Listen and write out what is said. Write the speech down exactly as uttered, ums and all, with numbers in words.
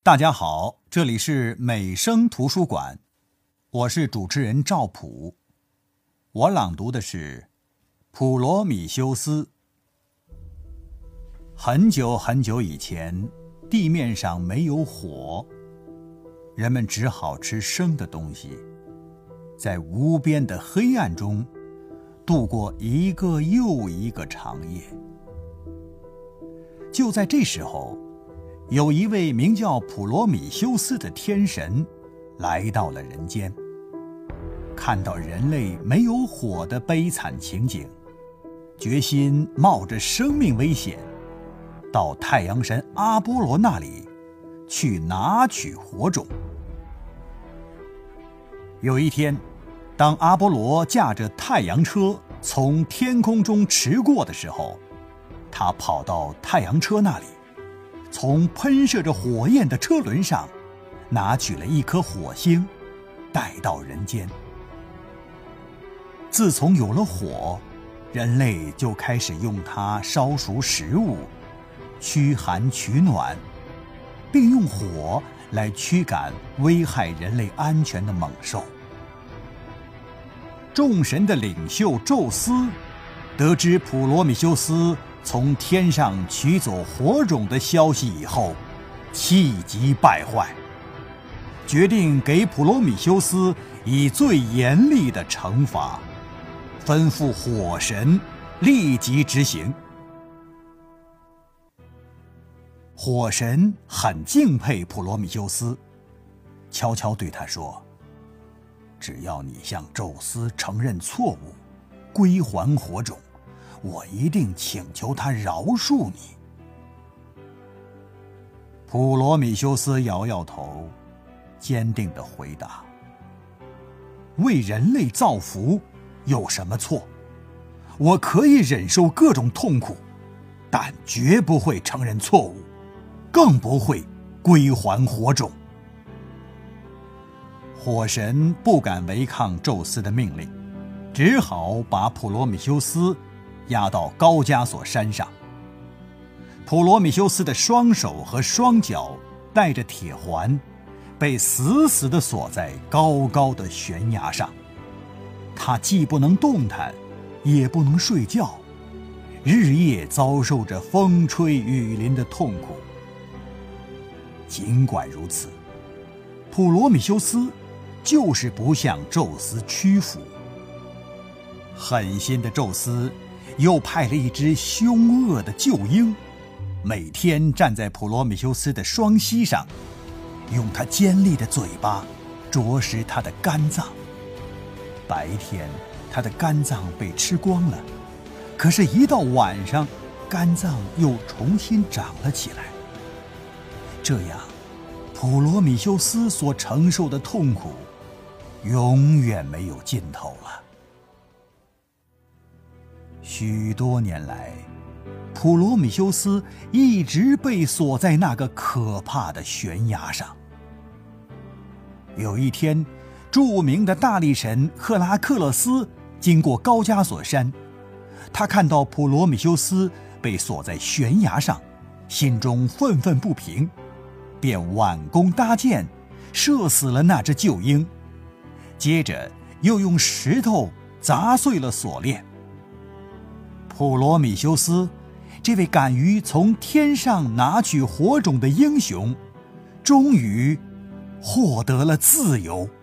大家好，这里是美声图书馆，我是主持人赵普。我朗读的是《普罗米修斯》。很久很久以前，地面上没有火，人们只好吃生的东西，在无边的黑暗中度过一个又一个长夜。就在这时候，有一位名叫普罗米修斯的天神来到了人间，看到人类没有火的悲惨情景，决心冒着生命危险到太阳神阿波罗那里去拿取火种。有一天，当阿波罗驾着太阳车从天空中驰过的时候，他跑到太阳车那里，从喷射着火焰的车轮上拿取了一颗火星，带到人间。自从有了火，人类就开始用它烧熟食物，驱寒取暖，并用火来驱赶危害人类安全的猛兽。众神的领袖宙斯得知普罗米修斯从天上取走火种的消息以后，气急败坏，决定给普罗米修斯以最严厉的惩罚，吩咐火神立即执行。火神很敬佩普罗米修斯，悄悄对他说：只要你向宙斯承认错误，归还火种，我一定请求他饶恕你。普罗米修斯摇摇头，坚定地回答：为人类造福有什么错？我可以忍受各种痛苦，但绝不会承认错误，更不会归还火种。火神不敢违抗宙斯的命令，只好把普罗米修斯押到高加索山上。普罗米修斯的双手和双脚带着铁环，被死死地锁在高高的悬崖上。他既不能动弹，也不能睡觉，日夜遭受着风吹雨淋的痛苦。尽管如此，普罗米修斯就是不向宙斯屈服。狠心的宙斯又派了一只凶恶的鹫鹰，每天站在普罗米修斯的双膝上，用它尖利的嘴巴啄食他的肝脏。白天他的肝脏被吃光了，可是一到晚上，肝脏又重新长了起来。这样，普罗米修斯所承受的痛苦永远没有尽头了。许多年来，普罗米修斯一直被锁在那个可怕的悬崖上。有一天，著名的大力神赫拉克勒斯经过高加索山，他看到普罗米修斯被锁在悬崖上，心中愤愤不平，便挽弓搭箭，射死了那只鹫鹰，接着又用石头砸碎了锁链。普罗米修斯，这位敢于从天上拿取火种的英雄，终于获得了自由。